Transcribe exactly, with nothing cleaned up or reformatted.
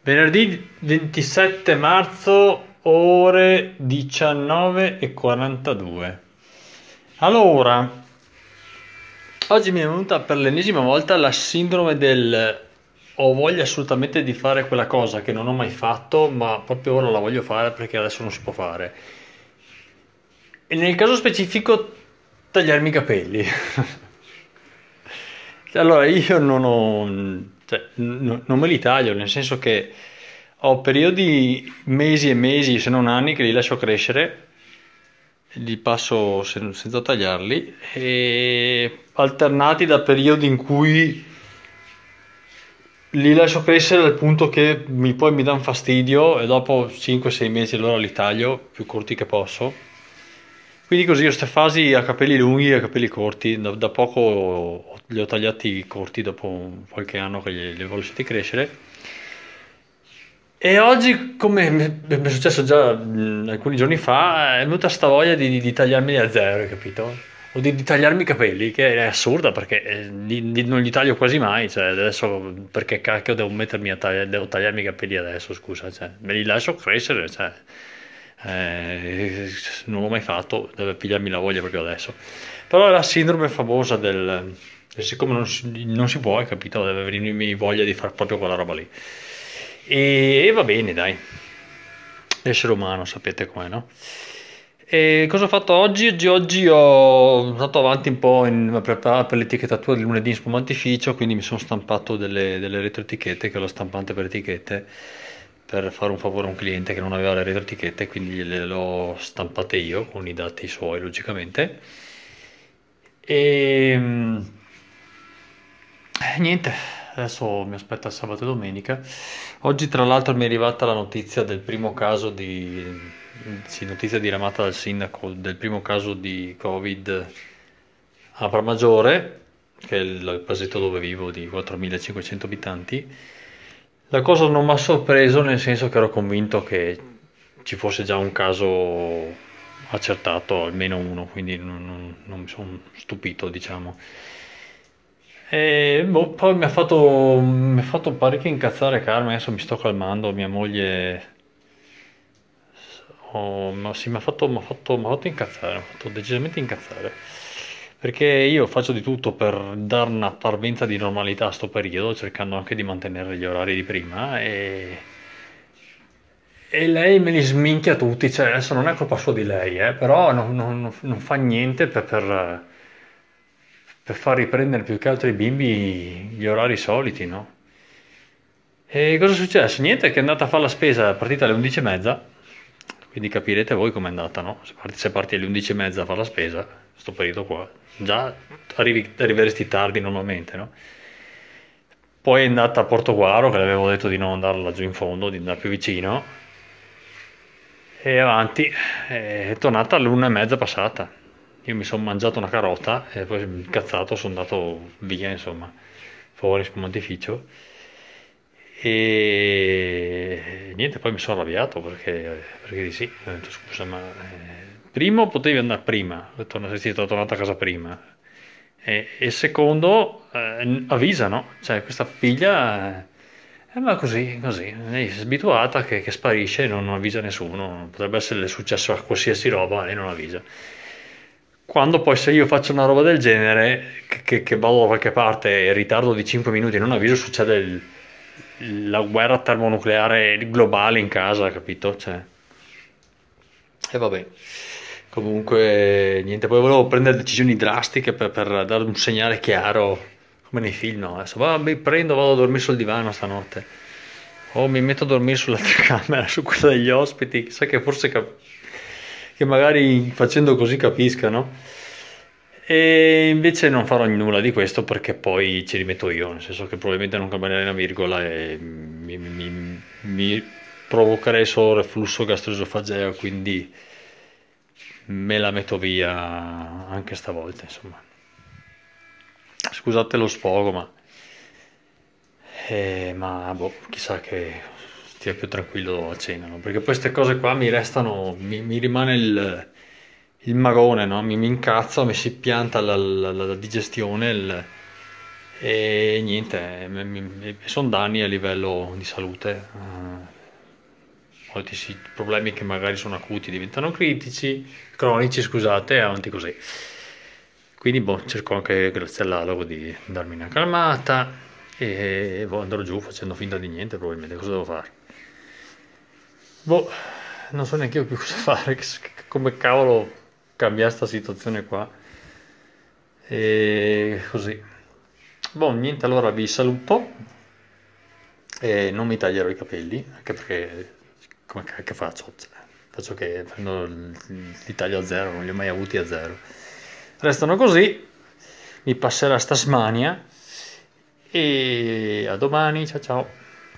Venerdì ventisette marzo, ore diciannove e quarantadue. Allora, oggi mi è venuta per l'ennesima volta la sindrome del ho voglia assolutamente di fare quella cosa che non ho mai fatto, ma proprio ora la voglio fare perché adesso non si può fare. E nel caso specifico, tagliarmi i capelli. Allora, io non ho, cioè, n- non me li taglio, nel senso che ho periodi, mesi e mesi, se non anni, che li lascio crescere, li passo sen- senza tagliarli, e alternati da periodi in cui li lascio crescere al punto che mi, poi mi danno fastidio e dopo cinque sei mesi allora li taglio, più corti che posso. Quindi così ho queste fasi a capelli lunghi e a capelli corti, da, da poco li ho tagliati corti dopo qualche anno che li, li avevo lasciati crescere. E oggi, come mi mi è successo già mh, alcuni giorni fa, è venuta sta voglia di, di tagliarmeli a zero, hai capito? O di, di tagliarmi i capelli, che è assurda perché eh, li- li- non li taglio quasi mai, cioè adesso perché cacchio devo mettermi a tagliare, devo tagliarmi i capelli adesso, scusa, cioè, me li lascio crescere, cioè, eh, non l'ho mai fatto, deve pigliarmi la voglia proprio adesso. Però è la sindrome famosa del, del siccome non si, non si può, hai capito, deve venirmi voglia di fare proprio quella roba lì. E, e va bene, dai. Essere umano, sapete com'è, no? E cosa ho fatto oggi? Oggi, oggi ho andato avanti un po' in, a preparare per l'etichettatura di lunedì in spumantificio, quindi mi sono stampato delle, delle retroetichette, che ho la stampante per etichette, per fare un favore a un cliente che non aveva le retroetichette, quindi le ho stampate io, con i dati suoi, logicamente. E mm, niente, adesso mi aspetta sabato e domenica. Oggi tra l'altro mi è arrivata la notizia del primo caso di, sì, notizia diramata dal sindaco del primo caso di Covid a Pramaggiore, che è il paesetto dove vivo di quattromilacinquecento abitanti. La cosa non mi ha sorpreso nel senso che ero convinto che ci fosse già un caso accertato, almeno uno, quindi non, non- non mi sono stupito, diciamo. E boh, poi mi ha fatto, mi ha fatto parecchio incazzare Carmen, adesso mi sto calmando, mia moglie oh, ma sì, mi ha fatto, mi ha fatto, mi ha fatto incazzare, mi ha fatto decisamente incazzare. Perché io faccio di tutto per dare una parvenza di normalità a sto periodo, cercando anche di mantenere gli orari di prima, e, e lei me li sminchia tutti, cioè adesso non è colpa sua di lei, eh, però non, non- non fa niente per, per- per far riprendere più che altro i bimbi gli orari soliti, no? E cosa è successo? Niente, che è andata a fare la spesa, è partita alle undici e mezza, quindi capirete voi com'è andata, no? Se parti, se parti alle undici e mezza a fare la spesa, sto periodo qua, già arrivi, arriveresti tardi normalmente, no? Poi è andata a Portoguaro, che le avevo detto di non andare laggiù in fondo, di andare più vicino, e avanti, è tornata all'una e mezza passata. Io mi sono mangiato una carota e poi incazzato sono andato via, insomma, fuori spumantificio. E niente, poi mi sono arrabbiato perché, perché di sì, ho detto scusa, ma eh, primo potevi andare prima, ho detto, no, sei tornato a casa prima. E, e secondo, eh, avvisa, no? Cioè, questa figlia, eh, ma così, così, lei si è abituata che, che sparisce e non avvisa nessuno, potrebbe essere successo a qualsiasi roba, lei non avvisa. Quando poi se io faccio una roba del genere, che, che- che vado da qualche parte e ritardo di cinque minuti e non avviso, succede il- la guerra termonucleare globale in casa, capito? Cioè, e vabbè. Comunque, niente, poi volevo prendere decisioni drastiche per, per dare un segnale chiaro, come nei film, no? Adesso, vabbè, prendo, vado a dormire sul divano stanotte. O mi metto a dormire sull'altra camera, su quella degli ospiti, chissà che forse cap- che magari facendo così capiscano. E invece non farò nulla di questo perché poi ci rimetto io, nel senso che probabilmente non cambierei una virgola e mi, mi- mi provocherei solo reflusso gastroesofageo, quindi me la metto via anche stavolta, insomma. Scusate lo sfogo, ma, eh, ma boh, chissà che stia più tranquillo a cena, no? Perché poi queste cose qua mi restano, mi, mi rimane il, il magone, no? Mi, mi incazzo, mi si pianta la, la- la digestione, il- E niente, sono danni a livello di salute. eh, Molti sì, problemi che magari sono acuti diventano critici, cronici, scusate, e avanti così. Quindi boh, cerco anche grazie all'alogo di darmi una calmata e boh, andrò giù facendo finta di niente probabilmente. Cosa devo fare? Boh, non so neanche io più cosa fare, che- che- come cavolo cambiare sta situazione qua. E così. Boh, niente, allora vi saluto e non mi taglierò i capelli, anche perché come cacchio faccio? Cioè, faccio che prendo il- li taglio a zero, non li ho mai avuti a zero. Restano così, mi passerà sta smania e a domani, ciao ciao.